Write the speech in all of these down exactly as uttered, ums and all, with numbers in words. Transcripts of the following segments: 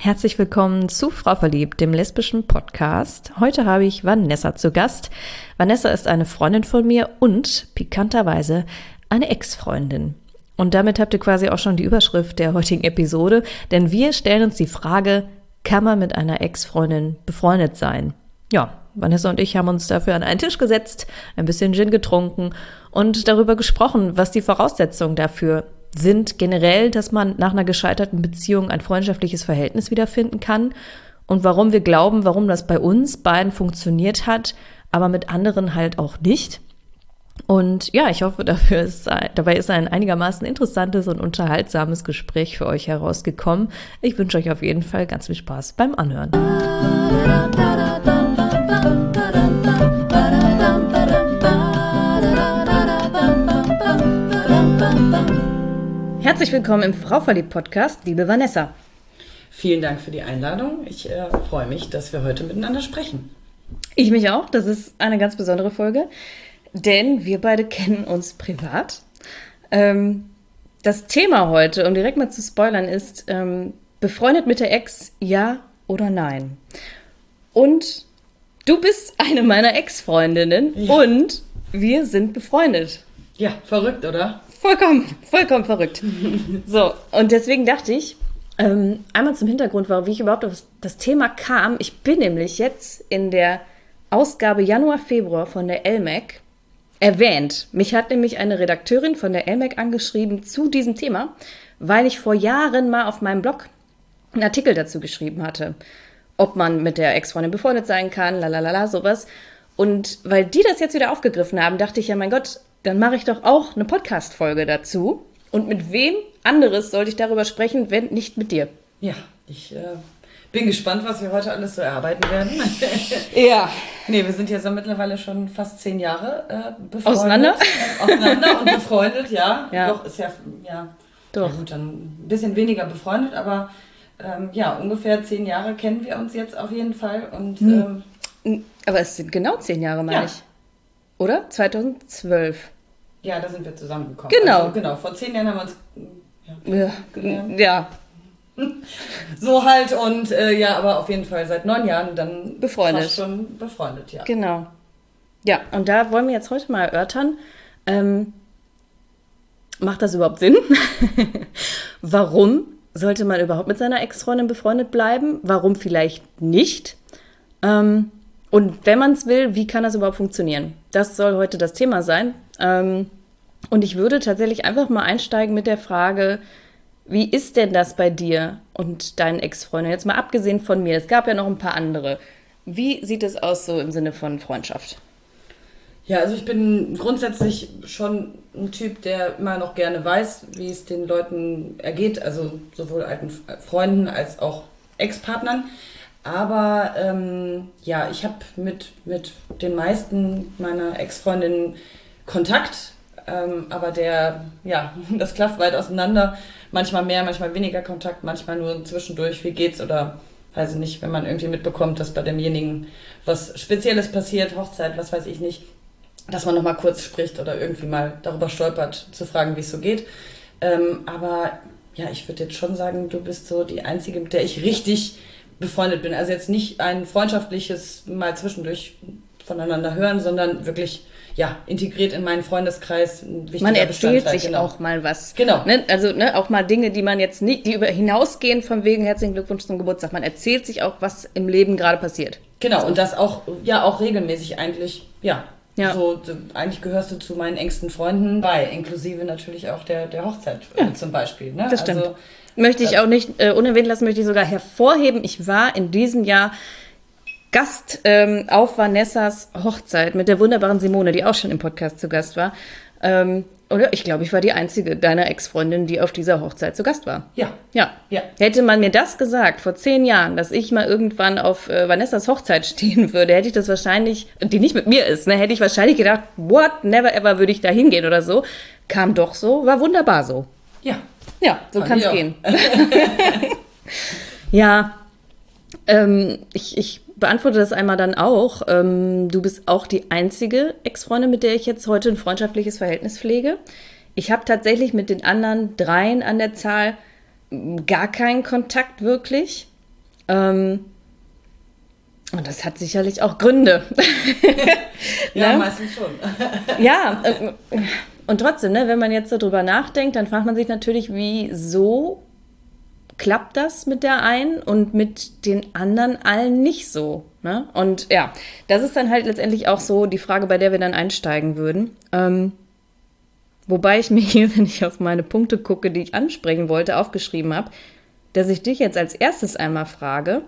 Herzlich willkommen zu Frau Verliebt, dem lesbischen Podcast. Heute habe ich Vanessa zu Gast. Vanessa ist eine Freundin von mir und pikanterweise eine Ex-Freundin. Und damit habt ihr quasi auch schon die Überschrift der heutigen Episode, denn wir stellen uns die Frage, kann man mit einer Ex-Freundin befreundet sein? Ja, Vanessa und ich haben uns dafür an einen Tisch gesetzt, ein bisschen Gin getrunken und darüber gesprochen, was die Voraussetzungen dafür sind generell, dass man nach einer gescheiterten Beziehung ein freundschaftliches Verhältnis wiederfinden kann und warum wir glauben, warum das bei uns beiden funktioniert hat, aber mit anderen halt auch nicht. Und ja, ich hoffe, dafür ist, dabei ist ein einigermaßen interessantes und unterhaltsames Gespräch für euch herausgekommen. Ich wünsche euch auf jeden Fall ganz viel Spaß beim Anhören. Herzlich willkommen im Frau Verliebt Podcast, liebe Vanessa. Vielen Dank für die Einladung. Ich äh, freue mich, dass wir heute miteinander sprechen. Ich mich auch. Das ist eine ganz besondere Folge, denn wir beide kennen uns privat. Ähm, das Thema heute, um direkt mal zu spoilern, ist ähm, befreundet mit der Ex, ja oder nein? Und du bist eine meiner Ex-Freundinnen ja. Und wir sind befreundet. Ja, verrückt, oder? Vollkommen, vollkommen verrückt. So, und deswegen dachte ich, ähm, einmal zum Hintergrund, warum, wie ich überhaupt auf das Thema kam. Ich bin nämlich jetzt in der Ausgabe Januar, Februar von der L M A C erwähnt. Mich hat nämlich eine Redakteurin von der L M A C angeschrieben zu diesem Thema, weil ich vor Jahren mal auf meinem Blog einen Artikel dazu geschrieben hatte, ob man mit der Ex-Freundin befreundet sein kann, lalalala, sowas. Und weil die das jetzt wieder aufgegriffen haben, dachte ich, ja mein Gott, dann mache ich doch auch eine Podcast-Folge dazu. Und mit wem anderes sollte ich darüber sprechen, wenn nicht mit dir? Ja, ich äh, bin gespannt, was wir heute alles so erarbeiten werden. Ja. Nee, wir sind jetzt ja mittlerweile schon fast zehn Jahre äh, befreundet. Auseinander? Auseinander und befreundet, ja. Ja. Doch, ist ja, ja, Doch. ja gut, dann ein bisschen weniger befreundet, aber ähm, ja, ungefähr zehn Jahre kennen wir uns jetzt auf jeden Fall. Und, hm. ähm, aber es sind genau zehn Jahre, meine ja. ich. Oder? zweitausendzwölf. Ja, da sind wir zusammengekommen. Genau. Also, genau, vor zehn Jahren haben wir uns ja, gelernt. ja. So halt und äh, ja, aber auf jeden Fall seit neun Jahren dann befreundet. Fast schon befreundet, ja. Genau. Ja, und da wollen wir jetzt heute mal erörtern, ähm, macht das überhaupt Sinn? Warum sollte man überhaupt mit seiner Ex-Freundin befreundet bleiben? Warum vielleicht nicht? Ähm, und wenn man es will, wie kann das überhaupt funktionieren? Das soll heute das Thema sein. Ähm, und ich würde tatsächlich einfach mal einsteigen mit der Frage, wie ist denn das bei dir und deinen Ex-Freunden? Jetzt mal abgesehen von mir, es gab ja noch ein paar andere. Wie sieht es aus so im Sinne von Freundschaft? Ja, also ich bin grundsätzlich schon ein Typ, der immer noch gerne weiß, wie es den Leuten ergeht, also sowohl alten Freunden als auch Ex-Partnern. Aber ähm, ja, ich habe mit, mit den meisten meiner Ex-Freundinnen Kontakt, ähm, aber der, ja, das klafft weit auseinander. Manchmal mehr, manchmal weniger Kontakt, manchmal nur zwischendurch, wie geht's oder weiß ich nicht, wenn man irgendwie mitbekommt, dass bei demjenigen was Spezielles passiert, Hochzeit, was weiß ich nicht, dass man nochmal kurz spricht oder irgendwie mal darüber stolpert, zu fragen, wie es so geht. Ähm, aber ja, ich würde jetzt schon sagen, du bist so die Einzige, mit der ich richtig befreundet bin. Also jetzt nicht ein freundschaftliches mal zwischendurch voneinander hören, sondern wirklich ja, integriert in meinen Freundeskreis. Ein man erzählt sich genau. auch mal was. Genau. Ne? Also ne, auch mal Dinge, die man jetzt nicht, die über hinausgehen von wegen herzlichen Glückwunsch zum Geburtstag. Man erzählt sich auch, was im Leben gerade passiert. Genau, so. Und das auch, ja, auch regelmäßig eigentlich, ja. Ja. So, eigentlich gehörst du zu meinen engsten Freunden bei, inklusive natürlich auch der, der Hochzeit ja. zum Beispiel. Ne? Das stimmt. Also, möchte ich auch nicht äh, unerwähnt lassen, möchte ich sogar hervorheben. Ich war in diesem Jahr Gast ähm, auf Vanessas Hochzeit mit der wunderbaren Simone, die auch schon im Podcast zu Gast war. Ähm, oder ich glaube, ich war die einzige deiner Ex-Freundin, die auf dieser Hochzeit zu Gast war. Ja. Ja. ja. Hätte man mir das gesagt vor zehn Jahren, dass ich mal irgendwann auf äh, Vanessas Hochzeit stehen würde, hätte ich das wahrscheinlich, die nicht mit mir ist, ne, hätte ich wahrscheinlich gedacht, what, never ever würde ich da hingehen oder so. Kam doch so, war wunderbar so. Ja. Ja, so kann es gehen. Ja, ähm, ich, ich beantworte das einmal dann auch. Ähm, du bist auch die einzige Ex-Freundin, mit der ich jetzt heute ein freundschaftliches Verhältnis pflege. Ich habe tatsächlich mit den anderen dreien an der Zahl gar keinen Kontakt wirklich. Ähm, und das hat sicherlich auch Gründe. Ja, ne? meistens schon. Ja, äh, und trotzdem, ne, wenn man jetzt so drüber nachdenkt, dann fragt man sich natürlich, wieso klappt das mit der einen und mit den anderen allen nicht so. Ne? Und ja, das ist dann halt letztendlich auch so die Frage, bei der wir dann einsteigen würden. Ähm, wobei ich mir hier, wenn ich auf meine Punkte gucke, die ich ansprechen wollte, aufgeschrieben habe, dass ich dich jetzt als erstes einmal frage,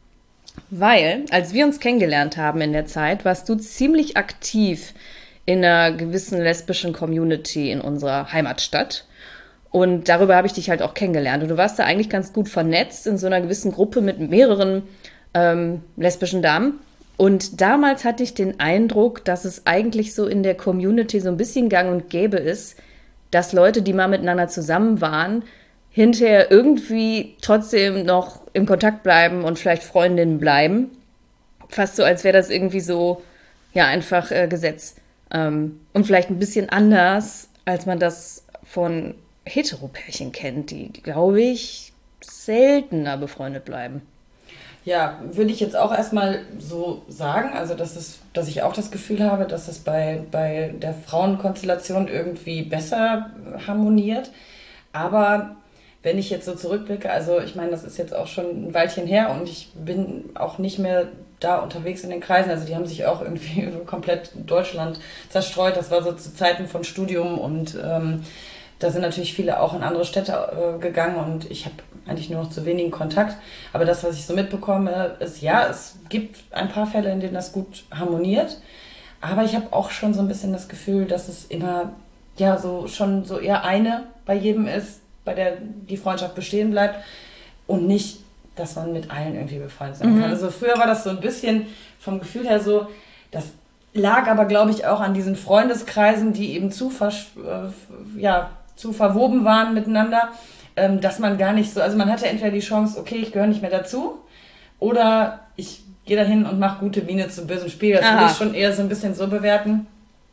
weil, als wir uns kennengelernt haben in der Zeit, warst du ziemlich aktiv in einer gewissen lesbischen Community in unserer Heimatstadt. Und darüber habe ich dich halt auch kennengelernt. Und du warst da eigentlich ganz gut vernetzt in so einer gewissen Gruppe mit mehreren ähm, lesbischen Damen. Und damals hatte ich den Eindruck, dass es eigentlich so in der Community so ein bisschen gang und gäbe ist, dass Leute, die mal miteinander zusammen waren, hinterher irgendwie trotzdem noch im Kontakt bleiben und vielleicht Freundinnen bleiben. Fast so, als wäre das irgendwie so, ja, einfach äh, Gesetz. Ähm, und vielleicht ein bisschen anders, als man das von Heteropärchen kennt, die, glaube ich, seltener befreundet bleiben. Ja, würde ich jetzt auch erstmal so sagen, also dass, es, dass ich auch das Gefühl habe, dass es bei, bei der Frauenkonstellation irgendwie besser harmoniert. Aber wenn ich jetzt so zurückblicke, also ich meine, das ist jetzt auch schon ein Weilchen her und ich bin auch nicht mehr da unterwegs in den Kreisen. Also die haben sich auch irgendwie komplett Deutschland zerstreut. Das war so zu Zeiten von Studium und ähm, da sind natürlich viele auch in andere Städte äh, gegangen und ich habe eigentlich nur noch zu wenigen Kontakt. Aber das, was ich so mitbekomme, ist, ja, es gibt ein paar Fälle, in denen das gut harmoniert. Aber ich habe auch schon so ein bisschen das Gefühl, dass es immer, ja, so schon so eher eine bei jedem ist, bei der die Freundschaft bestehen bleibt und nicht, dass man mit allen irgendwie befreundet sein kann. Mhm. Also früher war das so ein bisschen vom Gefühl her so, das lag aber, glaube ich, auch an diesen Freundeskreisen, die eben zu, vers- äh, ja, zu verwoben waren miteinander, ähm, dass man gar nicht so, also man hatte entweder die Chance, okay, ich gehöre nicht mehr dazu, oder ich gehe dahin und mache gute Miene zu bösem Spiel. Das würde ich schon eher so ein bisschen so bewerten.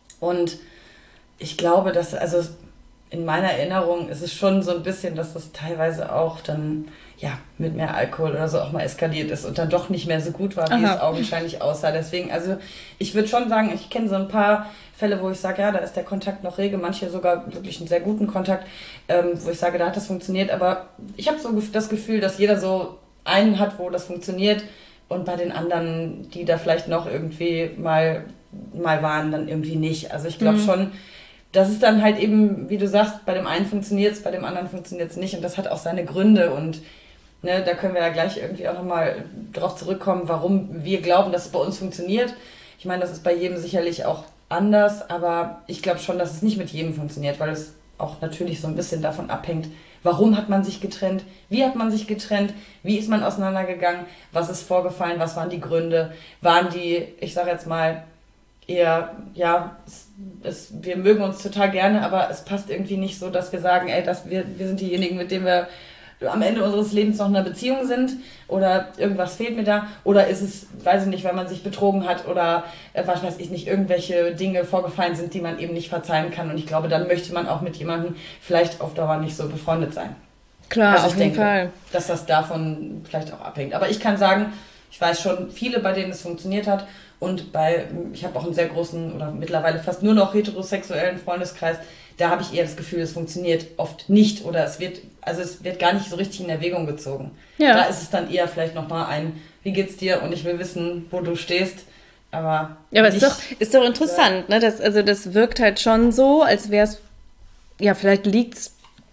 Und ich glaube, dass, also in meiner Erinnerung ist es schon so ein bisschen, dass das teilweise auch dann, ja, mit mehr Alkohol oder so auch mal eskaliert ist und dann doch nicht mehr so gut war, wie Aha. es augenscheinlich aussah. Deswegen, also ich würde schon sagen, ich kenne so ein paar Fälle, wo ich sage, ja, da ist der Kontakt noch rege, manche sogar wirklich einen sehr guten Kontakt, ähm, wo ich sage, da hat das funktioniert. Aber ich habe so das Gefühl, dass jeder so einen hat, wo das funktioniert und bei den anderen, die da vielleicht noch irgendwie mal, mal waren, dann irgendwie nicht. Also ich glaube mhm. schon, das ist dann halt eben, wie du sagst, bei dem einen funktioniert es, bei dem anderen funktioniert es nicht und das hat auch seine Gründe und ne, da können wir ja gleich irgendwie auch nochmal drauf zurückkommen, warum wir glauben, dass es bei uns funktioniert. Ich meine, das ist bei jedem sicherlich auch anders, aber ich glaube schon, dass es nicht mit jedem funktioniert, weil es auch natürlich so ein bisschen davon abhängt, warum hat man sich getrennt, wie hat man sich getrennt, wie ist man auseinandergegangen, was ist vorgefallen, was waren die Gründe, waren die, ich sage jetzt mal, eher, ja, es, es, wir mögen uns total gerne, aber es passt irgendwie nicht so, dass wir sagen, ey, dass wir, wir sind diejenigen, mit denen wir am Ende unseres Lebens noch in einer Beziehung sind oder irgendwas fehlt mir da oder ist es, weiß ich nicht, weil man sich betrogen hat oder äh, was weiß ich nicht, irgendwelche Dinge vorgefallen sind, die man eben nicht verzeihen kann und ich glaube, dann möchte man auch mit jemandem vielleicht auf Dauer nicht so befreundet sein. Klar, also auf ich jeden denke, Fall. dass das davon vielleicht auch abhängt. Aber ich kann sagen, ich weiß schon viele, bei denen es funktioniert hat und bei, ich habe auch einen sehr großen oder mittlerweile fast nur noch heterosexuellen Freundeskreis, da habe ich eher das Gefühl, es funktioniert oft nicht oder es wird, also es wird gar nicht so richtig in Erwägung gezogen. Ja. Da ist es dann eher vielleicht nochmal ein, wie geht's dir und ich will wissen, wo du stehst, aber Ja, aber es ist doch, ist doch interessant, ja. ne? Das, also das wirkt halt schon so, als wäre es, ja, vielleicht liegt's,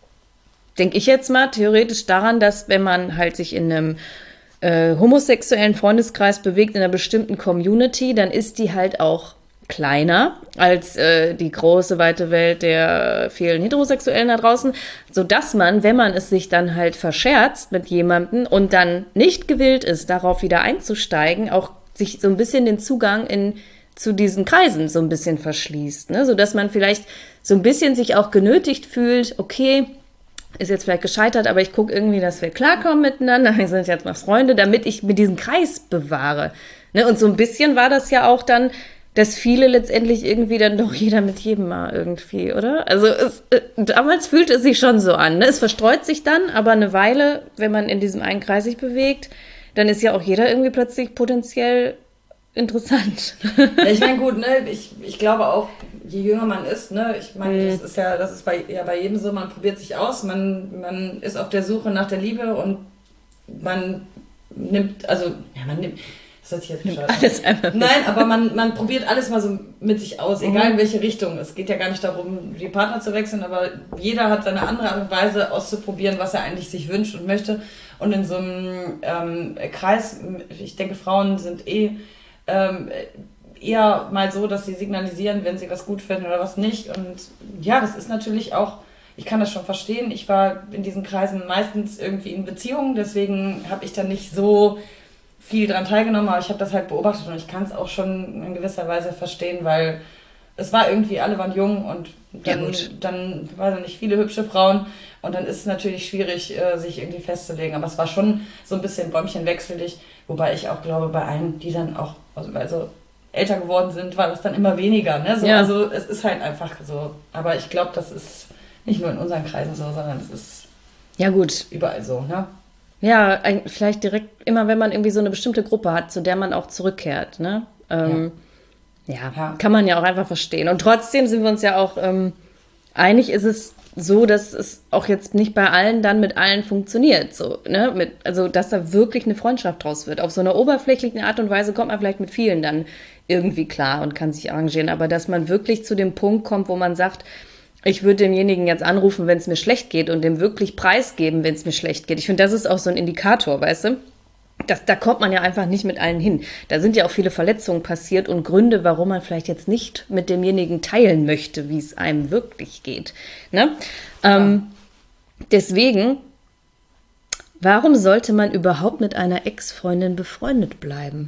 denke ich jetzt mal, theoretisch daran, dass wenn man halt sich in einem äh, homosexuellen Freundeskreis bewegt, in einer bestimmten Community, dann ist die halt auch kleiner als äh, die große, weite Welt der vielen Heterosexuellen da draußen, sodass man, wenn man es sich dann halt verscherzt mit jemandem und dann nicht gewillt ist, darauf wieder einzusteigen, auch sich so ein bisschen den Zugang in, zu diesen Kreisen so ein bisschen verschließt, ne? Sodass man vielleicht so ein bisschen sich auch genötigt fühlt, okay, ist jetzt vielleicht gescheitert, aber ich gucke irgendwie, dass wir klarkommen miteinander, wir sind jetzt mal Freunde, damit ich mir diesen Kreis bewahre. Ne? Und so ein bisschen war das ja auch dann, dass viele letztendlich irgendwie dann doch jeder mit jedem mal irgendwie, oder? Also es, äh, damals fühlte es sich schon so an. Ne? Es verstreut sich dann, aber eine Weile, wenn man in diesem einen Kreis sich bewegt, dann ist ja auch jeder irgendwie plötzlich potenziell interessant. Ja, ich meine, gut, ne, ich, ich glaube auch, je jünger man ist, ne, ich meine, mhm. das ist ja, das ist bei, ja bei jedem so, man probiert sich aus, man, man ist auf der Suche nach der Liebe und man nimmt, also, ja, man nimmt, das hört sich jetzt nimmt alles einfach mit. Nein, aber man, man probiert alles mal so mit sich aus, egal in welche Richtung. Es geht ja gar nicht darum, die Partner zu wechseln, aber jeder hat seine andere Art und Weise auszuprobieren, was er eigentlich sich wünscht und möchte. Und in so einem ähm, Kreis, ich denke, Frauen sind eh ähm, eher mal so, dass sie signalisieren, wenn sie was gut finden oder was nicht. Und ja, das ist natürlich auch, ich kann das schon verstehen. Ich war in diesen Kreisen meistens irgendwie in Beziehungen, deswegen habe ich da nicht so viel dran teilgenommen, aber ich habe das halt beobachtet und ich kann es auch schon in gewisser Weise verstehen, weil es war irgendwie, alle waren jung und dann, ja, dann waren nicht viele hübsche Frauen und dann ist es natürlich schwierig, sich irgendwie festzulegen, aber es war schon so ein bisschen bäumchenwechselig, wobei ich auch glaube, bei allen, die dann auch also, also älter geworden sind, war das dann immer weniger, ne? So, ja. Also es ist halt einfach so, aber ich glaube, das ist nicht nur in unseren Kreisen so, sondern es ist ja gut überall so, ne? Ja, vielleicht direkt immer, wenn man irgendwie so eine bestimmte Gruppe hat, zu der man auch zurückkehrt, ne? Ähm, ja. Ja, ja, kann man ja auch einfach verstehen. Und trotzdem sind wir uns ja auch ähm, einig, ist es so, dass es auch jetzt nicht bei allen dann mit allen funktioniert, so, ne? Mit, also, dass da wirklich eine Freundschaft draus wird. Auf so einer oberflächlichen Art und Weise kommt man vielleicht mit vielen dann irgendwie klar und kann sich arrangieren. Aber dass man wirklich zu dem Punkt kommt, wo man sagt, ich würde demjenigen jetzt anrufen, wenn es mir schlecht geht und dem wirklich preisgeben, wenn es mir schlecht geht. Ich finde, das ist auch so ein Indikator, weißt du? Das, da kommt man ja einfach nicht mit allen hin. Da sind ja auch viele Verletzungen passiert und Gründe, warum man vielleicht jetzt nicht mit demjenigen teilen möchte, wie es einem wirklich geht. Ne? Ja. Ähm, deswegen, warum sollte man überhaupt mit einer Ex-Freundin befreundet bleiben?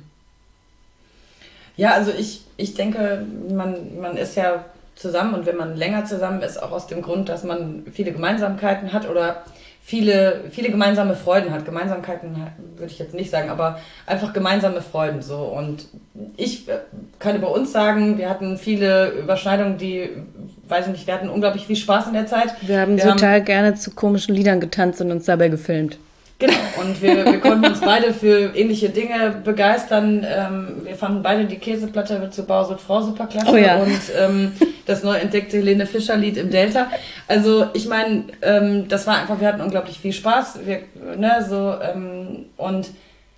Ja, also ich, ich denke, man, man ist ja zusammen und wenn man länger zusammen ist, auch aus dem Grund, dass man viele Gemeinsamkeiten hat oder viele, viele gemeinsame Freuden hat. Gemeinsamkeiten würde ich jetzt nicht sagen, aber einfach gemeinsame Freuden so. Und ich kann über uns sagen, wir hatten viele Überschneidungen, die, weiß ich nicht, wir hatten unglaublich viel Spaß in der Zeit. Wir haben wir total haben, gerne zu komischen Liedern getanzt und uns dabei gefilmt. Genau, und wir, wir konnten uns beide für ähnliche Dinge begeistern. Ähm, wir fanden beide die Käseplatte zu Bauer Frau super klasse oh ja. und ähm, das neu entdeckte Helene Fischer Lied im Delta. Also ich meine, ähm, das war einfach, wir hatten unglaublich viel Spaß. Wir, ne, so, ähm, und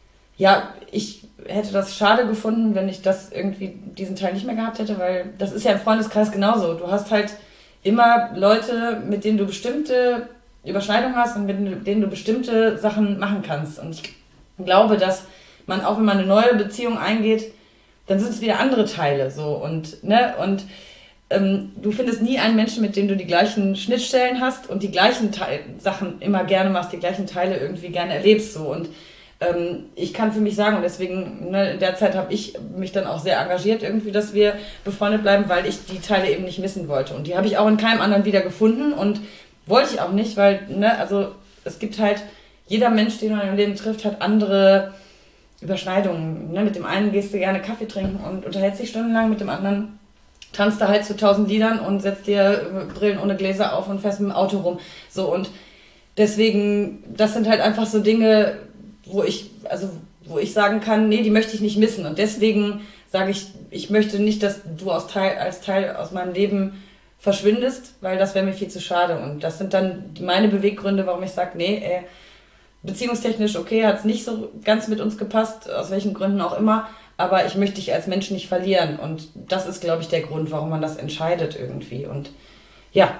ja, ich hätte das schade gefunden, wenn ich das irgendwie diesen Teil nicht mehr gehabt hätte, weil das ist ja im Freundeskreis genauso. Du hast halt immer Leute, mit denen du bestimmte Überschneidung hast und mit denen du bestimmte Sachen machen kannst. Und ich glaube, dass man, auch wenn man eine neue Beziehung eingeht, dann sind es wieder andere Teile. So. Und, ne, und ähm, du findest nie einen Menschen, mit dem du die gleichen Schnittstellen hast und die gleichen Te- Sachen immer gerne machst, die gleichen Teile irgendwie gerne erlebst. So. Und ähm, ich kann für mich sagen, und deswegen, ne, in der Zeit habe ich mich dann auch sehr engagiert, irgendwie, dass wir befreundet bleiben, weil ich die Teile eben nicht missen wollte. Und die habe ich auch in keinem anderen wieder gefunden und wollte ich auch nicht, weil, ne, also es gibt halt, jeder Mensch, den man im Leben trifft, hat andere Überschneidungen. Ne? Mit dem einen gehst du gerne Kaffee trinken und unterhältst dich stundenlang, mit dem anderen tanzt du halt zu tausend Liedern und setzt dir Brillen ohne Gläser auf und fährst mit dem Auto rum. So, und deswegen, das sind halt einfach so Dinge, wo ich, also wo ich sagen kann, nee, die möchte ich nicht missen. Und deswegen sage ich, ich möchte nicht, dass du als Teil, als Teil aus meinem Leben verschwindest, weil das wäre mir viel zu schade. Und das sind dann meine Beweggründe, warum ich sage, nee, ey, beziehungstechnisch okay, hat es nicht so ganz mit uns gepasst, aus welchen Gründen auch immer, aber ich möchte dich als Mensch nicht verlieren. Und das ist, glaube ich, der Grund, warum man das entscheidet irgendwie. Und ja.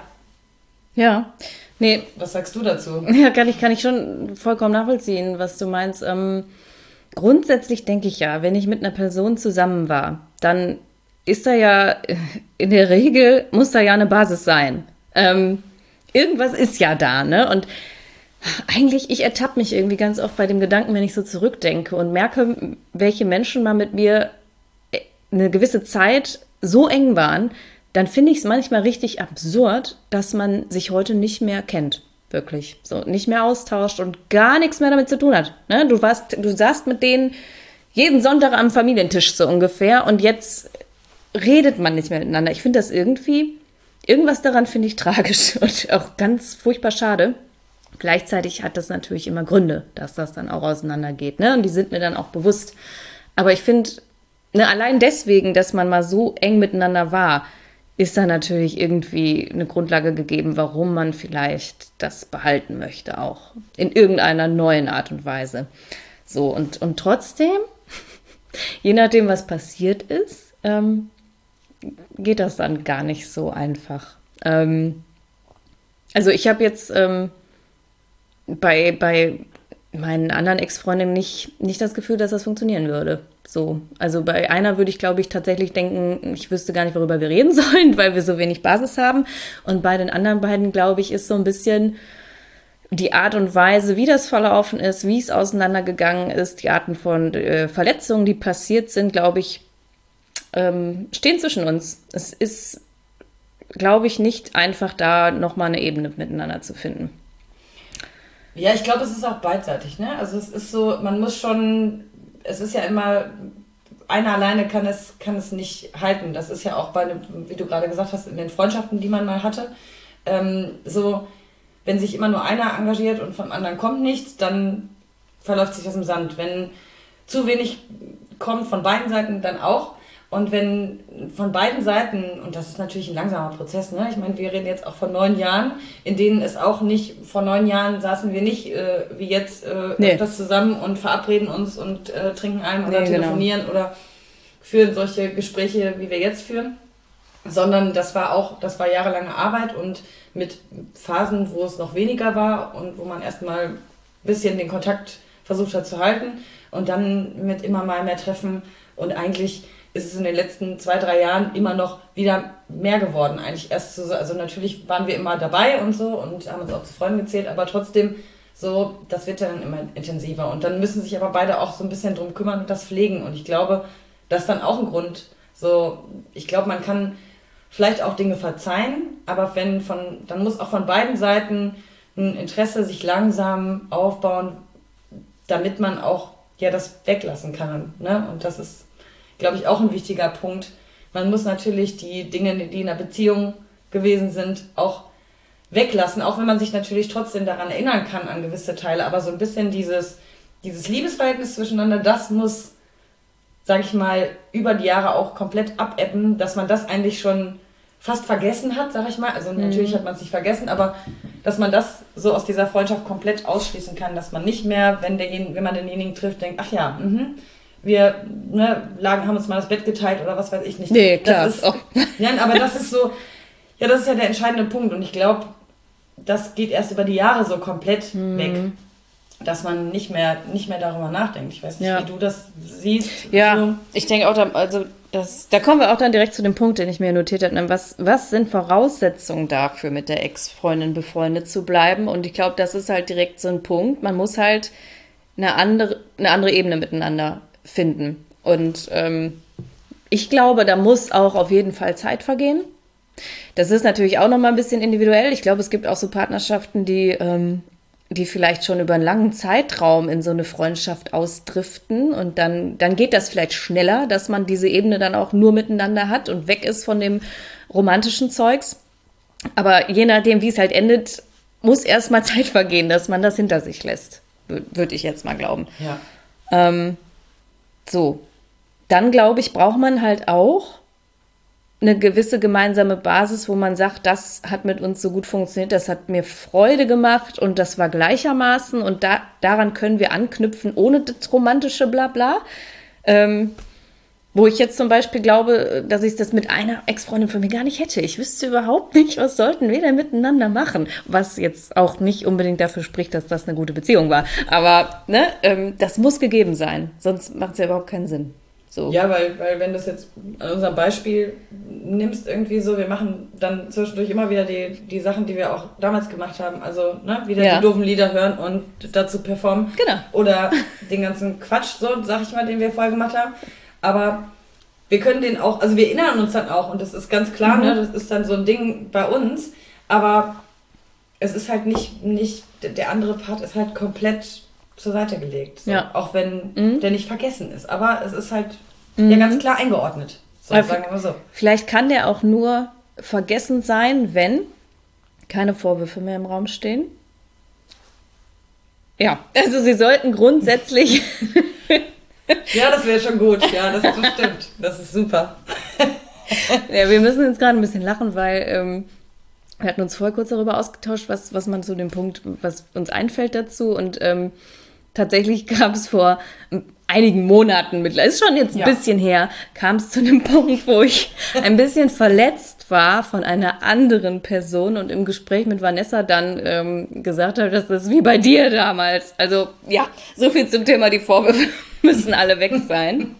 Ja, nee. Was sagst du dazu? Ja, kann ich, kann ich schon vollkommen nachvollziehen, was du meinst. Ähm, grundsätzlich denke ich ja, wenn ich mit einer Person zusammen war, dann ist da ja, in der Regel muss da ja eine Basis sein. Ähm, irgendwas ist ja da, ne? Und eigentlich, ich ertappe mich irgendwie ganz oft bei dem Gedanken, wenn ich so zurückdenke und merke, welche Menschen mal mit mir eine gewisse Zeit so eng waren, dann finde ich es manchmal richtig absurd, dass man sich heute nicht mehr kennt. Wirklich. So, nicht mehr austauscht und gar nichts mehr damit zu tun hat. Ne? Du warst, du saßt mit denen jeden Sonntag am Familientisch so ungefähr und jetzt redet man nicht mehr miteinander. Ich finde das irgendwie, irgendwas daran finde ich tragisch und auch ganz furchtbar schade. Gleichzeitig hat das natürlich immer Gründe, dass das dann auch auseinandergeht, ne? Und die sind mir dann auch bewusst. Aber ich finde, ne, allein deswegen, dass man mal so eng miteinander war, ist da natürlich irgendwie eine Grundlage gegeben, warum man vielleicht das behalten möchte, auch in irgendeiner neuen Art und Weise. So, und, und trotzdem, je nachdem, was passiert ist, ähm, geht das dann gar nicht so einfach. Ähm, also ich habe jetzt ähm, bei, bei meinen anderen Ex-Freundinnen nicht, nicht das Gefühl, dass das funktionieren würde. So, also bei einer würde ich, glaube ich, tatsächlich denken, ich wüsste gar nicht, worüber wir reden sollen, weil wir so wenig Basis haben. Und bei den anderen beiden, glaube ich, ist so ein bisschen die Art und Weise, wie das verlaufen ist, wie es auseinandergegangen ist, die Arten von äh, Verletzungen, die passiert sind, glaube ich, ähm, stehen zwischen uns. Es ist, glaube ich, nicht einfach, da nochmal eine Ebene miteinander zu finden. Ja, ich glaube, es ist auch beidseitig, ne? Also es ist so, man muss schon, es ist ja immer, einer alleine kann es, kann es nicht halten. Das ist ja auch bei, wie du gerade gesagt hast, in den Freundschaften, die man mal hatte, ähm, so, wenn sich immer nur einer engagiert und vom anderen kommt nichts, dann verläuft sich das im Sand. Wenn zu wenig kommt von beiden Seiten, dann auch. Und wenn von beiden Seiten, und das ist natürlich ein langsamer Prozess, ne? Ich meine, wir reden jetzt auch von neun Jahren, in denen es auch nicht, vor neun Jahren saßen wir nicht äh, wie jetzt äh, nee. öfters zusammen und verabreden uns und äh, trinken ein oder nee, telefonieren genau. oder führen solche Gespräche, wie wir jetzt führen. Sondern das war auch, das war jahrelange Arbeit und mit Phasen, wo es noch weniger war und wo man erstmal ein bisschen den Kontakt versucht hat zu halten und dann mit immer mal mehr Treffen und eigentlich ist es in den letzten zwei, drei Jahren immer noch wieder mehr geworden. Eigentlich erst so, also natürlich waren wir immer dabei und so und haben uns auch zu Freunden gezählt, aber trotzdem so, das wird dann immer intensiver. Und dann müssen sich aber beide auch so ein bisschen drum kümmern und das pflegen. Und ich glaube, das ist dann auch ein Grund. So, ich glaube, man kann vielleicht auch Dinge verzeihen, aber wenn von, dann muss auch von beiden Seiten ein Interesse sich langsam aufbauen, damit man auch ja das weglassen kann. Ne? Und das ist, glaube ich, auch ein wichtiger Punkt. Man muss natürlich die Dinge, die in einer Beziehung gewesen sind, auch weglassen, auch wenn man sich natürlich trotzdem daran erinnern kann an gewisse Teile, aber so ein bisschen dieses, dieses Liebesverhältnis zwischeneinander, das muss, sage ich mal, über die Jahre auch komplett abebben, dass man das eigentlich schon fast vergessen hat, sage ich mal. Also mhm. natürlich hat man es nicht vergessen, aber dass man das so aus dieser Freundschaft komplett ausschließen kann, dass man nicht mehr, wenn, derjen- wenn man denjenigen trifft, denkt, ach ja, mhm, wir ne, lagen, haben uns mal das Bett geteilt oder was weiß ich nicht. Nee, klar. Das ist, oh. Ja, aber das ist so, ja, das ist ja der entscheidende Punkt und ich glaube, das geht erst über die Jahre so komplett mhm. weg, dass man nicht mehr, nicht mehr darüber nachdenkt. Ich weiß nicht, ja. wie du das siehst. Ja, so. Ich denke auch, da, also das, da kommen wir auch dann direkt zu dem Punkt, den ich mir notiert habe. Was, was sind Voraussetzungen dafür, mit der Ex-Freundin befreundet zu bleiben? Und ich glaube, das ist halt direkt so ein Punkt. Man muss halt eine andere, eine andere Ebene miteinander finden. Und ähm, ich glaube, da muss auch auf jeden Fall Zeit vergehen. Das ist natürlich auch nochmal ein bisschen individuell. Ich glaube, es gibt auch so Partnerschaften, die, ähm, die vielleicht schon über einen langen Zeitraum in so eine Freundschaft ausdriften. Und dann, dann geht das vielleicht schneller, dass man diese Ebene dann auch nur miteinander hat und weg ist von dem romantischen Zeugs. Aber je nachdem, wie es halt endet, muss erstmal Zeit vergehen, dass man das hinter sich lässt. Würde ich jetzt mal glauben. Ja. Ähm, so. Dann, glaube ich, braucht man halt auch eine gewisse gemeinsame Basis, wo man sagt, das hat mit uns so gut funktioniert, das hat mir Freude gemacht und das war gleichermaßen und da, daran können wir anknüpfen, ohne das romantische Blabla. Ähm, wo ich jetzt zum Beispiel glaube, dass ich das mit einer Ex-Freundin von mir gar nicht hätte. Ich wüsste überhaupt nicht, was sollten wir denn miteinander machen. Was jetzt auch nicht unbedingt dafür spricht, dass das eine gute Beziehung war. Aber ne, ähm, das muss gegeben sein, sonst macht es ja überhaupt keinen Sinn. So. Ja, weil, weil wenn du es jetzt an unserem Beispiel nimmst, irgendwie so, wir machen dann zwischendurch immer wieder die, die Sachen, die wir auch damals gemacht haben. Also ne, wieder ja. die doofen Lieder hören und dazu performen. Genau. Oder den ganzen Quatsch, so sag ich mal, den wir vorher gemacht haben. Aber wir können den auch, also wir erinnern uns dann auch und das ist ganz klar, mhm. ne, das ist dann so ein Ding bei uns. Aber es ist halt nicht, nicht der andere Part ist halt komplett zur Seite gelegt. So. Ja. Auch wenn mhm. der nicht vergessen ist. Aber es ist halt mhm. ja ganz klar eingeordnet. So, sagen wir mal so. Vielleicht kann der auch nur vergessen sein, wenn keine Vorwürfe mehr im Raum stehen. Ja, also Sie sollten grundsätzlich... Ja, das wäre schon gut. Ja, das, das stimmt. Das ist super. Ja, wir müssen jetzt gerade ein bisschen lachen, weil ähm, wir hatten uns vorher kurz darüber ausgetauscht, was, was man zu dem Punkt, was uns einfällt dazu. Und ähm, tatsächlich gab es vor einigen Monaten, mit, ist schon jetzt ein ja. bisschen her, kam es zu einem Punkt, wo ich ein bisschen verletzt war von einer anderen Person und im Gespräch mit Vanessa dann ähm, gesagt habe, das ist wie bei dir damals. Also ja, so viel zum Thema, die Vorwürfe müssen alle weg sein.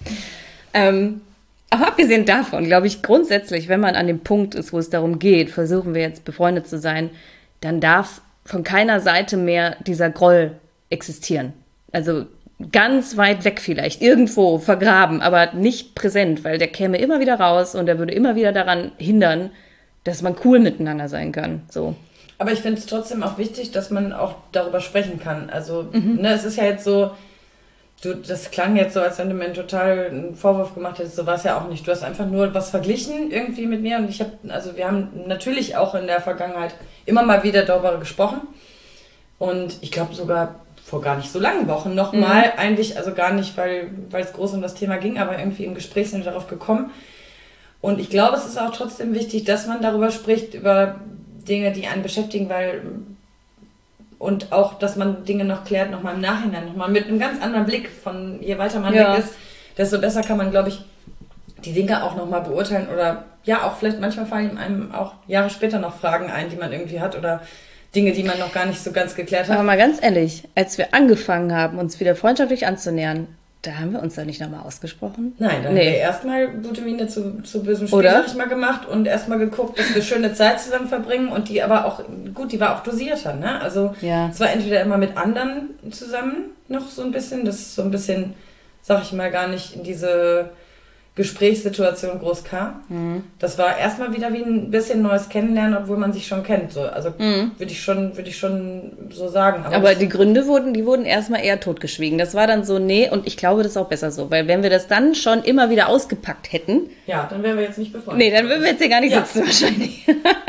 ähm, aber abgesehen davon, glaube ich, grundsätzlich, wenn man an dem Punkt ist, wo es darum geht, versuchen wir jetzt befreundet zu sein, dann darf von keiner Seite mehr dieser Groll existieren. Also ganz weit weg vielleicht, irgendwo vergraben, aber nicht präsent, weil der käme immer wieder raus und der würde immer wieder daran hindern, dass man cool miteinander sein kann. So. Aber ich finde es trotzdem auch wichtig, dass man auch darüber sprechen kann. Also, mhm. ne, es ist ja jetzt so, du, das klang jetzt so, als wenn du mir einen totalen Vorwurf gemacht hättest, so war es ja auch nicht. Du hast einfach nur was verglichen irgendwie mit mir und ich habe, also wir haben natürlich auch in der Vergangenheit immer mal wieder darüber gesprochen und ich glaube sogar vor gar nicht so langen Wochen nochmal, mhm. eigentlich, also gar nicht, weil, weil es groß um das Thema ging, aber irgendwie im Gespräch sind wir darauf gekommen. Und ich glaube, es ist auch trotzdem wichtig, dass man darüber spricht, über Dinge, die einen beschäftigen, weil und auch, dass man Dinge noch klärt, nochmal im Nachhinein, nochmal mit einem ganz anderen Blick, von je weiter man ja. weg ist, desto besser kann man, glaube ich, die Dinge auch nochmal beurteilen oder ja, auch vielleicht manchmal fallen einem auch Jahre später noch Fragen ein, die man irgendwie hat oder Dinge, die man noch gar nicht so ganz geklärt hat. Aber mal ganz ehrlich, als wir angefangen haben, uns wieder freundschaftlich anzunähern, da haben wir uns da nicht nochmal ausgesprochen? Nein, dann nee. haben wir erstmal gute Miene zu, zu bösem Spiel, Oder? sag ich mal, gemacht und erstmal geguckt, dass wir schöne Zeit zusammen verbringen und die aber auch, gut, die war auch dosierter, ne? Also ja. es war entweder immer mit anderen zusammen noch so ein bisschen, das ist so ein bisschen, sag ich mal, gar nicht in diese Gesprächssituation groß kam. Mhm. Das war erstmal wieder wie ein bisschen neues Kennenlernen, obwohl man sich schon kennt. So. Also mhm. würde ich schon, würde ich schon so sagen. Aber, Aber die Gründe wurden, die wurden erstmal eher totgeschwiegen. Das war dann so, nee, und ich glaube, das ist auch besser so. Weil wenn wir das dann schon immer wieder ausgepackt hätten. Ja, dann wären wir jetzt nicht befreundet. Nee, dann würden wir jetzt hier gar nicht ja. sitzen wahrscheinlich.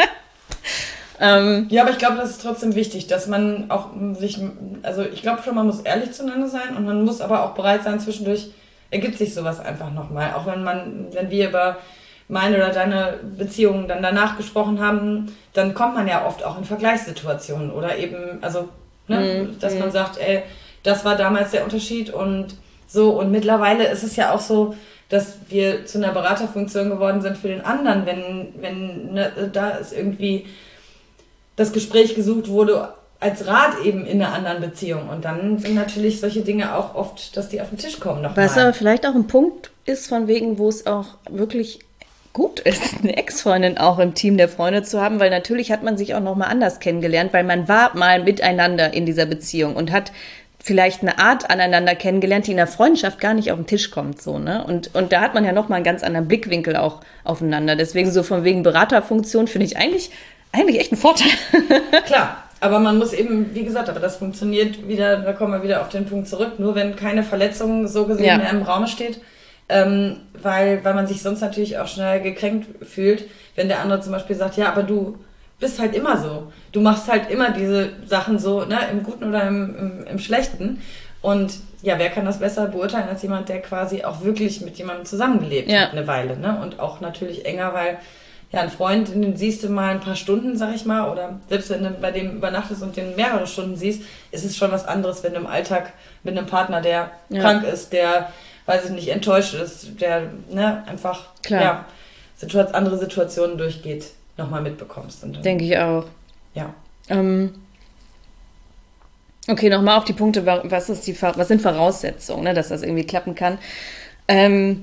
ähm, ja, aber ich glaube, das ist trotzdem wichtig, dass man auch sich, also ich glaube schon, man muss ehrlich zueinander sein und man muss aber auch bereit sein, zwischendurch ergibt sich sowas einfach nochmal. Auch wenn man, wenn wir über meine oder deine Beziehungen dann danach gesprochen haben, dann kommt man ja oft auch in Vergleichssituationen oder eben, also, ne, mm, dass mm. man sagt, ey, das war damals der Unterschied und so. Und mittlerweile ist es ja auch so, dass wir zu einer Beraterfunktion geworden sind für den anderen, wenn, wenn ne, da ist irgendwie das Gespräch gesucht wurde, als Rat eben in einer anderen Beziehung. Und dann sind natürlich solche Dinge auch oft, dass die auf den Tisch kommen nochmal. Was aber vielleicht auch ein Punkt ist, von wegen, wo es auch wirklich gut ist, eine Ex-Freundin auch im Team der Freunde zu haben, weil natürlich hat man sich auch nochmal anders kennengelernt, weil man war mal miteinander in dieser Beziehung und hat vielleicht eine Art aneinander kennengelernt, die in der Freundschaft gar nicht auf den Tisch kommt. So, ne? Und, und da hat man ja nochmal einen ganz anderen Blickwinkel auch aufeinander. Deswegen so von wegen Beraterfunktion finde ich eigentlich, eigentlich echt einen Vorteil. Klar. Aber man muss eben, wie gesagt, aber das funktioniert wieder, da kommen wir wieder auf den Punkt zurück, nur wenn keine Verletzung so gesehen ja. mehr im Raum steht, ähm, weil, weil man sich sonst natürlich auch schnell gekränkt fühlt, wenn der andere zum Beispiel sagt, ja, aber du bist halt immer so, du machst halt immer diese Sachen so, ne, im Guten oder im, im, im Schlechten und ja, wer kann das besser beurteilen als jemand, der quasi auch wirklich mit jemandem zusammengelebt ja. hat eine Weile, ne, und auch natürlich enger, weil ja, ein Freund, den siehst du mal ein paar Stunden, sag ich mal, oder selbst wenn du bei dem übernachtest und den mehrere Stunden siehst, ist es schon was anderes, wenn du im Alltag mit einem Partner, der ja. krank ist, der, weiß ich nicht, enttäuscht ist, der, ne, einfach, Klar. ja, Situa- andere Situationen durchgeht, nochmal mitbekommst. Denke ich auch. Ja. Ähm, okay, nochmal auf die Punkte, was ist die, was sind Voraussetzungen, ne, dass das irgendwie klappen kann. Ähm,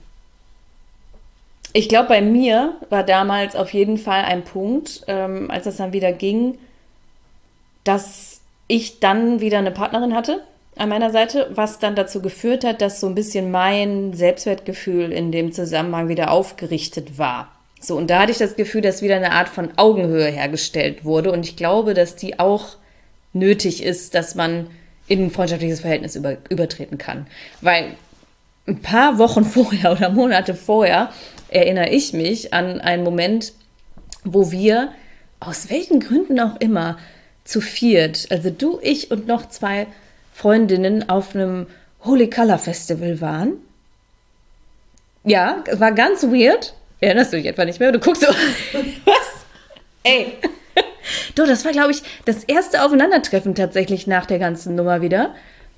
Ich glaube, bei mir war damals auf jeden Fall ein Punkt, ähm, als es dann wieder ging, dass ich dann wieder eine Partnerin hatte an meiner Seite, was dann dazu geführt hat, dass so ein bisschen mein Selbstwertgefühl in dem Zusammenhang wieder aufgerichtet war. So, und da hatte ich das Gefühl, dass wieder eine Art von Augenhöhe hergestellt wurde. Und ich glaube, dass die auch nötig ist, dass man in ein freundschaftliches Verhältnis über, übertreten kann. Weil ein paar Wochen vorher oder Monate vorher erinnere ich mich an einen Moment, wo wir, aus welchen Gründen auch immer, zu viert, also du, ich und noch zwei Freundinnen auf einem Holy Color Festival waren. Ja, war ganz weird. Erinnerst du dich etwa nicht mehr? Du guckst so, was? Ey. Doch, das war, glaube ich, das erste Aufeinandertreffen tatsächlich nach der ganzen Nummer wieder.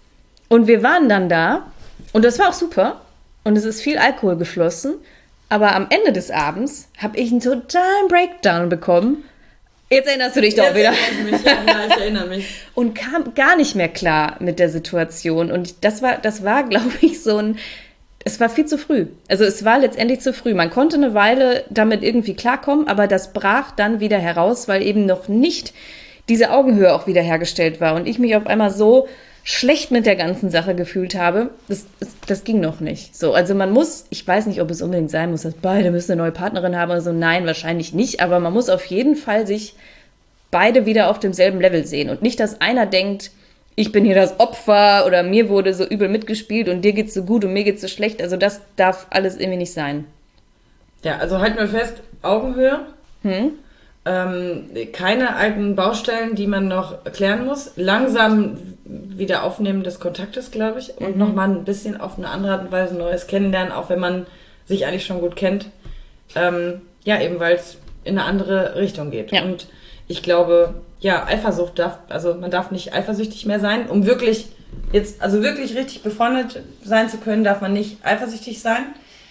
Und wir waren dann da und das war auch super. Und es ist viel Alkohol geflossen. Aber am Ende des Abends habe ich einen totalen Breakdown bekommen. Jetzt erinnerst du dich doch Jetzt wieder. erinnere ich mich, ja, ich erinnere mich. Und kam gar nicht mehr klar mit der Situation. Und das war, das war, glaube ich, so ein, es war viel zu früh. Also es war letztendlich zu früh. Man konnte eine Weile damit irgendwie klarkommen, aber das brach dann wieder heraus, weil eben noch nicht diese Augenhöhe auch wieder hergestellt war. Und ich mich auf einmal so schlecht mit der ganzen Sache gefühlt habe, das, das, das ging noch nicht. So, also man muss, ich weiß nicht, ob es unbedingt sein muss, dass beide müssen eine neue Partnerin haben oder so. Nein, wahrscheinlich nicht. Aber man muss auf jeden Fall sich beide wieder auf demselben Level sehen. Und nicht, dass einer denkt, ich bin hier das Opfer oder mir wurde so übel mitgespielt und dir geht's so gut und mir geht's so schlecht. Also das darf alles irgendwie nicht sein. Ja, also halten wir fest, Augenhöhe. Hm? Ähm, keine alten Baustellen, die man noch klären muss. Langsam wieder Aufnehmen des Kontaktes, glaube ich. Und mhm. nochmal ein bisschen auf eine andere Art und Weise Neues kennenlernen, auch wenn man sich eigentlich schon gut kennt. Ähm, ja, eben weil es in eine andere Richtung geht. Ja. Und ich glaube, ja, Eifersucht darf, also man darf nicht eifersüchtig mehr sein. Um wirklich jetzt, also wirklich richtig befreundet sein zu können, darf man nicht eifersüchtig sein.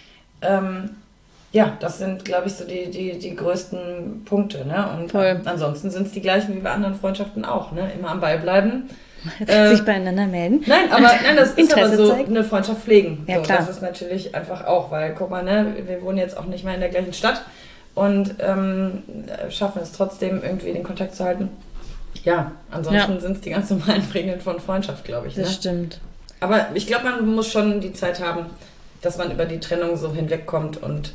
Ähm, Ja, das sind, glaube ich, so die, die, die größten Punkte, ne? Und Voll. Ansonsten sind es die gleichen wie bei anderen Freundschaften auch, ne? Immer am Ball bleiben. Sich äh, beieinander melden. Nein, aber nein, das ist Interesse aber so zeigen. eine Freundschaft pflegen. Ja, so, klar. Das ist natürlich einfach auch, weil, guck mal, ne, wir wohnen jetzt auch nicht mehr in der gleichen Stadt und ähm, schaffen es trotzdem, irgendwie den Kontakt zu halten. Ja, ansonsten ja. sind es die ganz normalen Regeln von Freundschaft, glaube ich. Das ne? stimmt. Aber ich glaube, man muss schon die Zeit haben, dass man über die Trennung so hinwegkommt und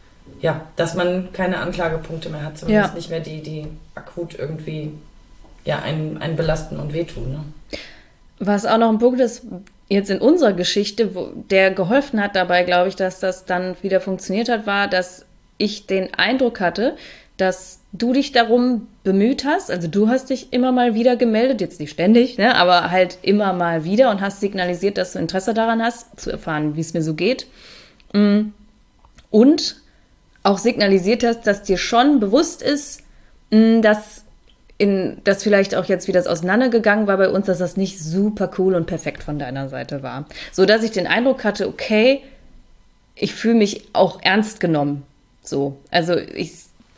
ja, dass man keine Anklagepunkte mehr hat, zumindest ja. nicht mehr die, die akut irgendwie ja, einen, einen belasten und wehtun. Ne? Was auch noch ein Punkt ist, jetzt in unserer Geschichte, wo der geholfen hat dabei, glaube ich, dass das dann wieder funktioniert hat, war, dass ich den Eindruck hatte, dass du dich darum bemüht hast, also du hast dich immer mal wieder gemeldet, jetzt nicht ständig, ne, aber halt immer mal wieder und hast signalisiert, dass du Interesse daran hast, zu erfahren, wie es mir so geht. Und auch signalisiert hast, dass dir schon bewusst ist, dass, in, dass vielleicht auch jetzt, wie das auseinandergegangen war bei uns, dass das nicht super cool und perfekt von deiner Seite war. So dass ich den Eindruck hatte, okay, ich fühle mich auch ernst genommen. So, also ich,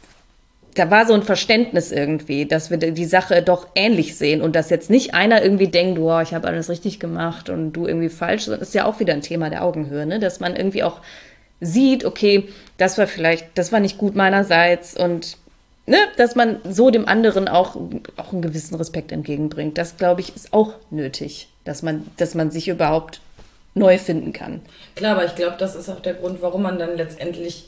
da war so ein Verständnis irgendwie, dass wir die Sache doch ähnlich sehen und dass jetzt nicht einer irgendwie denkt, boah, ich habe alles richtig gemacht und du irgendwie falsch. Das ist ja auch wieder ein Thema der Augenhöhe, ne? Dass man irgendwie auch sieht, okay, das war vielleicht, das war nicht gut meinerseits und ne, dass man so dem anderen auch, auch einen gewissen Respekt entgegenbringt. Das, glaube ich, ist auch nötig, dass man, dass man sich überhaupt neu finden kann. Klar, aber ich glaube, das ist auch der Grund, warum man dann letztendlich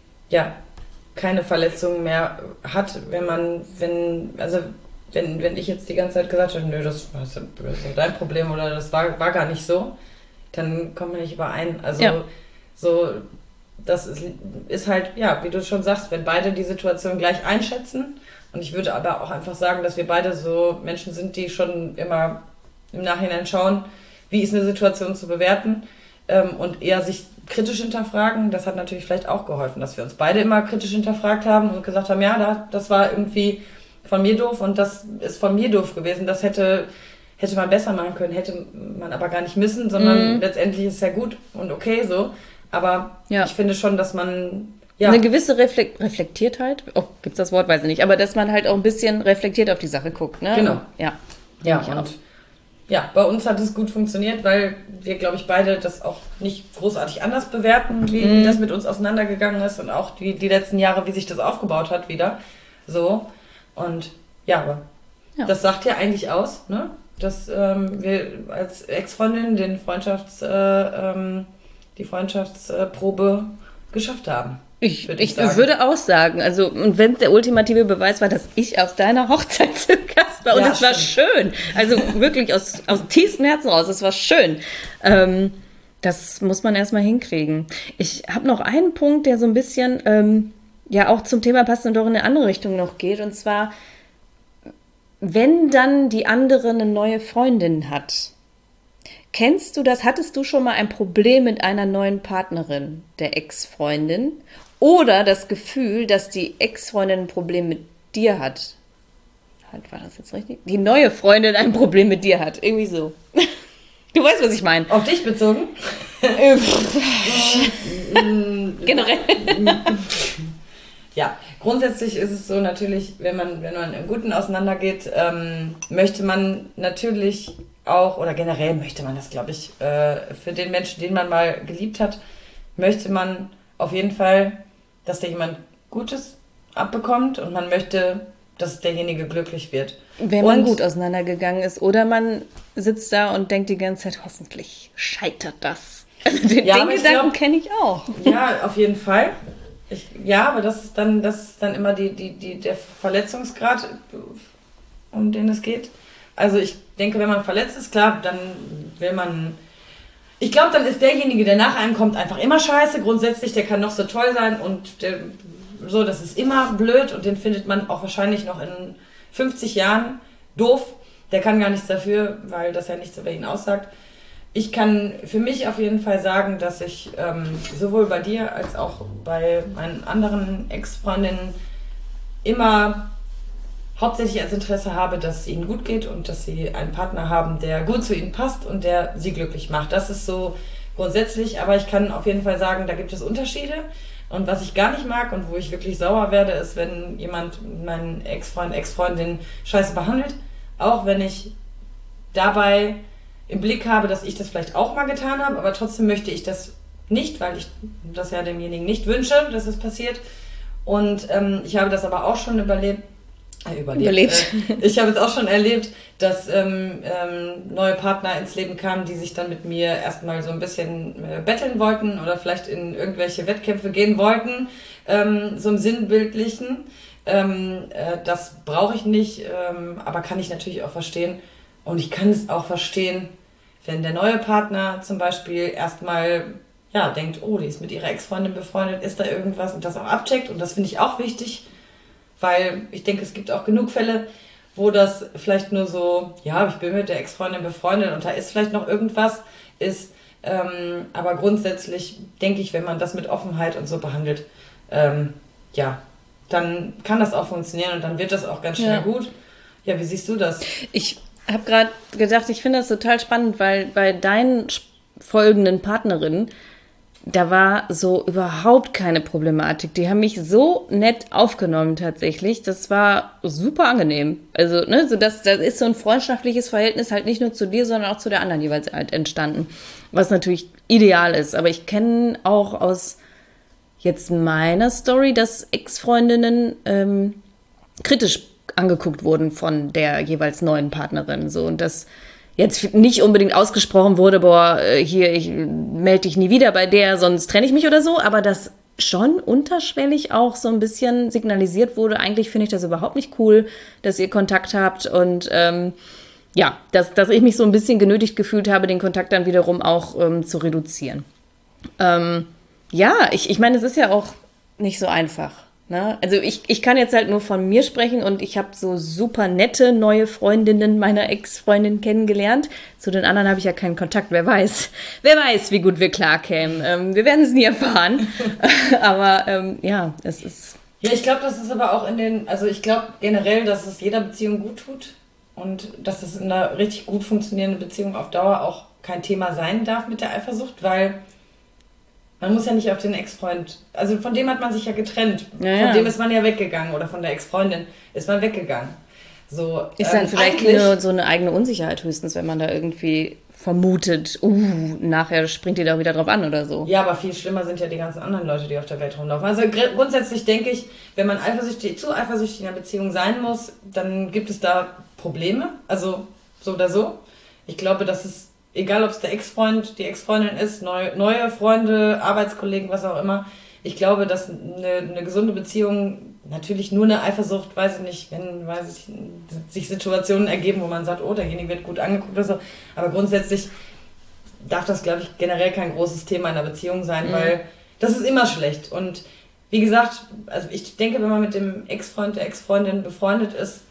ja keine Verletzungen mehr hat, wenn man, wenn, also wenn, wenn ich jetzt die ganze Zeit gesagt habe, nö, das war dein Problem oder das war, war gar nicht so, dann kommt man nicht überein. Also ja. so das ist, ist halt, ja, wie du schon sagst, wenn beide die Situation gleich einschätzen. Und ich würde aber auch einfach sagen, dass wir beide so Menschen sind, die schon immer im Nachhinein schauen, wie ist eine Situation zu bewerten ähm, und eher sich kritisch hinterfragen. Das hat natürlich vielleicht auch geholfen, dass wir uns beide immer kritisch hinterfragt haben und gesagt haben, ja, das war irgendwie von mir doof und das ist von mir doof gewesen. Das hätte, hätte man besser machen können, hätte man aber gar nicht müssen, sondern mhm. letztendlich ist es ja gut und okay so. Aber ja. ich finde schon, dass man ja eine gewisse Reflekt- Reflektiertheit, oh, gibt's das Wort, weiß ich nicht, aber dass man halt auch ein bisschen reflektiert auf die Sache guckt, ne? Genau. Ja. Ja, und ja, bei uns hat es gut funktioniert, weil wir, glaube ich, beide das auch nicht großartig anders bewerten, wie, mm. wie das mit uns auseinandergegangen ist und auch die, die letzten Jahre, wie sich das aufgebaut hat wieder. So. Und ja, aber ja. das sagt ja eigentlich aus, ne? Dass ähm, wir als Ex-Freundin den Freundschafts, äh, ähm, die Freundschaftsprobe geschafft haben. Ich, würde ich, ich würde auch sagen, also und wenn es der ultimative Beweis war, dass ich auf deiner Hochzeit zu Gast war und ja, es war schön, also wirklich aus, aus tiefstem Herzen raus, es war schön. Ähm, das muss man erstmal hinkriegen. Ich habe noch einen Punkt, der so ein bisschen ähm, ja auch zum Thema passt und doch in eine andere Richtung noch geht, und zwar wenn dann die andere eine neue Freundin hat, kennst du das? Hattest du schon mal ein Problem mit einer neuen Partnerin, der Ex-Freundin? Oder das Gefühl, dass die Ex-Freundin ein Problem mit dir hat? War das jetzt richtig? Die neue Freundin ein Problem mit dir hat. Irgendwie so. Du weißt, was ich meine. Auf dich bezogen? Generell. Ja, grundsätzlich ist es so natürlich, wenn man, wenn man im Guten auseinandergeht, ähm, möchte man natürlich auch, oder generell möchte man das, glaube ich, äh, für den Menschen, den man mal geliebt hat, möchte man auf jeden Fall, dass der jemand Gutes abbekommt und man möchte, dass derjenige glücklich wird. Wenn und man gut auseinandergegangen ist oder man sitzt da und denkt die ganze Zeit, hoffentlich scheitert das. Also den, ja, den Gedanken kenne ich auch. Ja, auf jeden Fall. Ich, ja, aber das ist dann, das ist dann immer die, die, die, der Verletzungsgrad, um den es geht. Also ich denke, wenn man verletzt ist, klar, dann will man... Ich glaube, dann ist derjenige, der nach einem kommt, einfach immer scheiße. Grundsätzlich, der kann noch so toll sein und der, so, das ist immer blöd und den findet man auch wahrscheinlich noch in fünfzig Jahren doof. Der kann gar nichts dafür, weil das ja nichts über ihn aussagt. Ich kann für mich auf jeden Fall sagen, dass ich ähm, sowohl bei dir als auch bei meinen anderen Ex-Freundinnen immer hauptsächlich als Interesse habe, dass es ihnen gut geht und dass sie einen Partner haben, der gut zu ihnen passt und der sie glücklich macht. Das ist so grundsätzlich, aber ich kann auf jeden Fall sagen, da gibt es Unterschiede. Und was ich gar nicht mag und wo ich wirklich sauer werde, ist, wenn jemand meinen Ex-Freund, Ex-Freundin scheiße behandelt. Auch wenn ich dabei im Blick habe, dass ich das vielleicht auch mal getan habe, aber trotzdem möchte ich das nicht, weil ich das ja demjenigen nicht wünsche, dass es passiert. Und ähm, ich habe das aber auch schon überlebt. Äh, überlebt. überlebt. Äh, ich habe es auch schon erlebt, dass ähm, ähm, neue Partner ins Leben kamen, die sich dann mit mir erstmal so ein bisschen äh, betteln wollten oder vielleicht in irgendwelche Wettkämpfe gehen wollten, ähm, so im Sinnbildlichen. Ähm, äh, das brauche ich nicht, ähm, aber kann ich natürlich auch verstehen. Und ich kann es auch verstehen, wenn der neue Partner zum Beispiel erstmal ja, denkt, oh, die ist mit ihrer Ex-Freundin befreundet, ist da irgendwas und das auch abcheckt. Und das finde ich auch wichtig, weil ich denke, es gibt auch genug Fälle, wo das vielleicht nur so, ja, ich bin mit der Ex-Freundin befreundet und da ist vielleicht noch irgendwas, ist. Ähm, aber grundsätzlich denke ich, wenn man das mit Offenheit und so behandelt, ähm, ja, dann kann das auch funktionieren und dann wird das auch ganz schnell Ja. gut. Ja, wie siehst du das? Ich habe gerade gedacht, ich finde das total spannend, weil bei deinen folgenden Partnerinnen, da war so überhaupt keine Problematik. Die haben mich so nett aufgenommen tatsächlich. Das war super angenehm. Also, ne, so das, das ist so ein freundschaftliches Verhältnis halt nicht nur zu dir, sondern auch zu der anderen jeweils halt entstanden. Was natürlich ideal ist. Aber ich kenne auch aus jetzt meiner Story, dass Ex-Freundinnen ähm, kritisch angeguckt wurden von der jeweils neuen Partnerin. So, und das jetzt nicht unbedingt ausgesprochen wurde, boah, hier, ich melde dich nie wieder bei der, sonst trenne ich mich oder so, aber das schon unterschwellig auch so ein bisschen signalisiert wurde. Eigentlich finde ich das überhaupt nicht cool, dass ihr Kontakt habt und ähm, ja, dass, dass ich mich so ein bisschen genötigt gefühlt habe, den Kontakt dann wiederum auch ähm, zu reduzieren. Ähm, ja, ich, ich meine, es ist ja auch nicht so einfach. Ne? Also ich, ich kann jetzt halt nur von mir sprechen und ich habe so super nette neue Freundinnen meiner Ex-Freundin kennengelernt. Zu den anderen habe ich ja keinen Kontakt, wer weiß. Wer weiß, wie gut wir klarkämen. Ähm, wir werden es nie erfahren. Aber ähm, ja, es ist... Ja, ich glaube, das ist aber auch in den... Also ich glaube generell, dass es jeder Beziehung gut tut und dass es in einer richtig gut funktionierenden Beziehung auf Dauer auch kein Thema sein darf mit der Eifersucht, weil... Man muss ja nicht auf den Ex-Freund, also von dem hat man sich ja getrennt. Ja, von ja. dem ist man ja weggegangen oder von der Ex-Freundin ist man weggegangen. So, Ist dann ähm, vielleicht eigentlich- nur so eine eigene Unsicherheit höchstens, wenn man da irgendwie vermutet, uh, nachher springt die da wieder drauf an oder so. Ja, aber viel schlimmer sind ja die ganzen anderen Leute, die auf der Welt rumlaufen. Also gr- grundsätzlich denke ich, wenn man eifersüchtig, zu eifersüchtig in einer Beziehung sein muss, dann gibt es da Probleme. Also so oder so. Ich glaube, dass es, egal ob es der Ex-Freund, die Ex-Freundin ist, neu, neue Freunde, Arbeitskollegen, was auch immer. Ich glaube, dass eine, eine gesunde Beziehung, natürlich nur eine Eifersucht, weiß ich nicht, wenn weiß ich, sich Situationen ergeben, wo man sagt, oh, derjenige wird gut angeguckt oder so. Aber grundsätzlich darf das, glaube ich, generell kein großes Thema in einer Beziehung sein, Mhm. weil das ist immer schlecht. Und wie gesagt, also ich denke, wenn man mit dem Ex-Freund, der Ex-Freundin befreundet ist,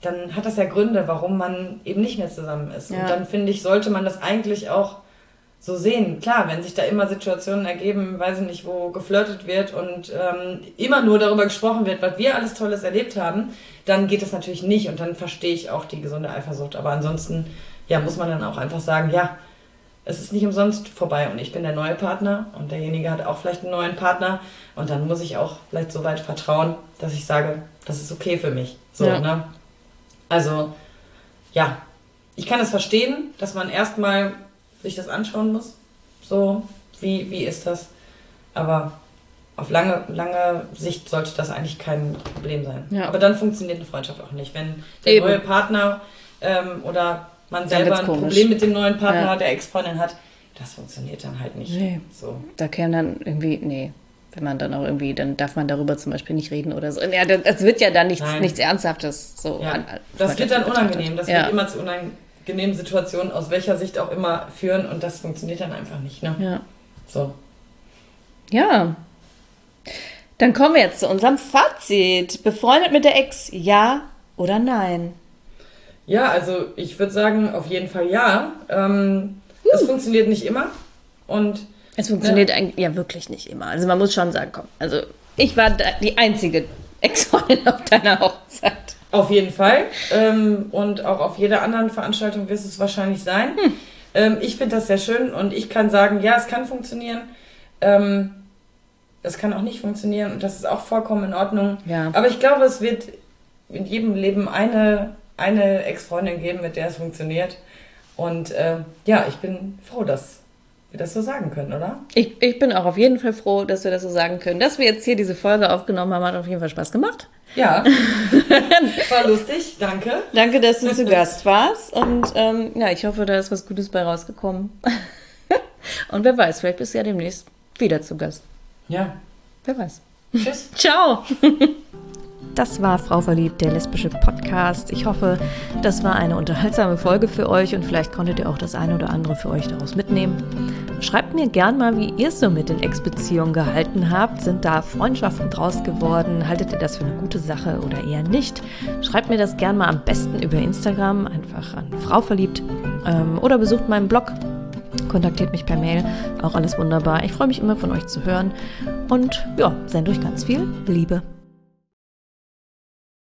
dann hat das ja Gründe, warum man eben nicht mehr zusammen ist. Ja. Und dann, finde ich, sollte man das eigentlich auch so sehen. Klar, wenn sich da immer Situationen ergeben, weiß ich nicht, wo geflirtet wird und ähm, immer nur darüber gesprochen wird, was wir alles Tolles erlebt haben, dann geht das natürlich nicht und dann verstehe ich auch die gesunde Eifersucht. Aber ansonsten, ja, muss man dann auch einfach sagen, ja, es ist nicht umsonst vorbei und ich bin der neue Partner und derjenige hat auch vielleicht einen neuen Partner und dann muss ich auch vielleicht so weit vertrauen, dass ich sage, das ist okay für mich. So, ja. ne? Also, ja, ich kann es verstehen, dass man erstmal sich das anschauen muss. So, wie, wie ist das? Aber auf lange, lange Sicht sollte das eigentlich kein Problem sein. Ja. Aber dann funktioniert eine Freundschaft auch nicht. Wenn der Eben. neue Partner ähm, oder man selber ein komisch. Problem mit dem neuen Partner, ja. der Ex-Freundin hat, das funktioniert dann halt nicht. Nee. So. Da käme dann irgendwie, nee, wenn man dann auch irgendwie, dann darf man darüber zum Beispiel nicht reden oder so. Ja, das wird ja dann nichts, nichts Ernsthaftes. So ja. an, das wird dann unangenehm. Das ja. wird immer zu unangenehmen Situationen, aus welcher Sicht auch immer, führen und das funktioniert dann einfach nicht. Ne? Ja. So. Ja. Dann kommen wir jetzt zu unserem Fazit. Befreundet mit der Ex, ja oder nein? Ja, also ich würde sagen, auf jeden Fall ja. Ähm, uh. Es funktioniert nicht immer. Und es funktioniert ne? eigentlich ja wirklich nicht immer. Also man muss schon sagen, komm, also ich war die einzige Ex-Freundin auf deiner Hochzeit. Auf jeden Fall. Ähm, und auch auf jeder anderen Veranstaltung wird es wahrscheinlich sein. Hm. Ähm, ich finde das sehr schön und ich kann sagen, ja, es kann funktionieren. Ähm, es kann auch nicht funktionieren und das ist auch vollkommen in Ordnung. Ja. Aber ich glaube, es wird in jedem Leben eine eine Ex-Freundin geben, mit der es funktioniert. Und äh, ja, ich bin froh, dass wir das so sagen können, oder? Ich, ich bin auch auf jeden Fall froh, dass wir das so sagen können. Dass wir jetzt hier diese Folge aufgenommen haben, hat auf jeden Fall Spaß gemacht. Ja, war lustig, danke. Danke, dass du zu Gast warst. Und ähm, ja, ich hoffe, da ist was Gutes bei rausgekommen. Und wer weiß, vielleicht bist du ja demnächst wieder zu Gast. Ja. Wer weiß. Tschüss. Ciao. Das war Frau Verliebt, der lesbische Podcast. Ich hoffe, das war eine unterhaltsame Folge für euch und vielleicht konntet ihr auch das eine oder andere für euch daraus mitnehmen. Schreibt mir gern mal, wie ihr es so mit den Ex-Beziehungen gehalten habt. Sind da Freundschaften draus geworden? Haltet ihr das für eine gute Sache oder eher nicht? Schreibt mir das gern mal am besten über Instagram, einfach an Frau Verliebt ähm, oder besucht meinen Blog. Kontaktiert mich per Mail, auch alles wunderbar. Ich freue mich immer von euch zu hören und ja, sendet euch ganz viel Liebe.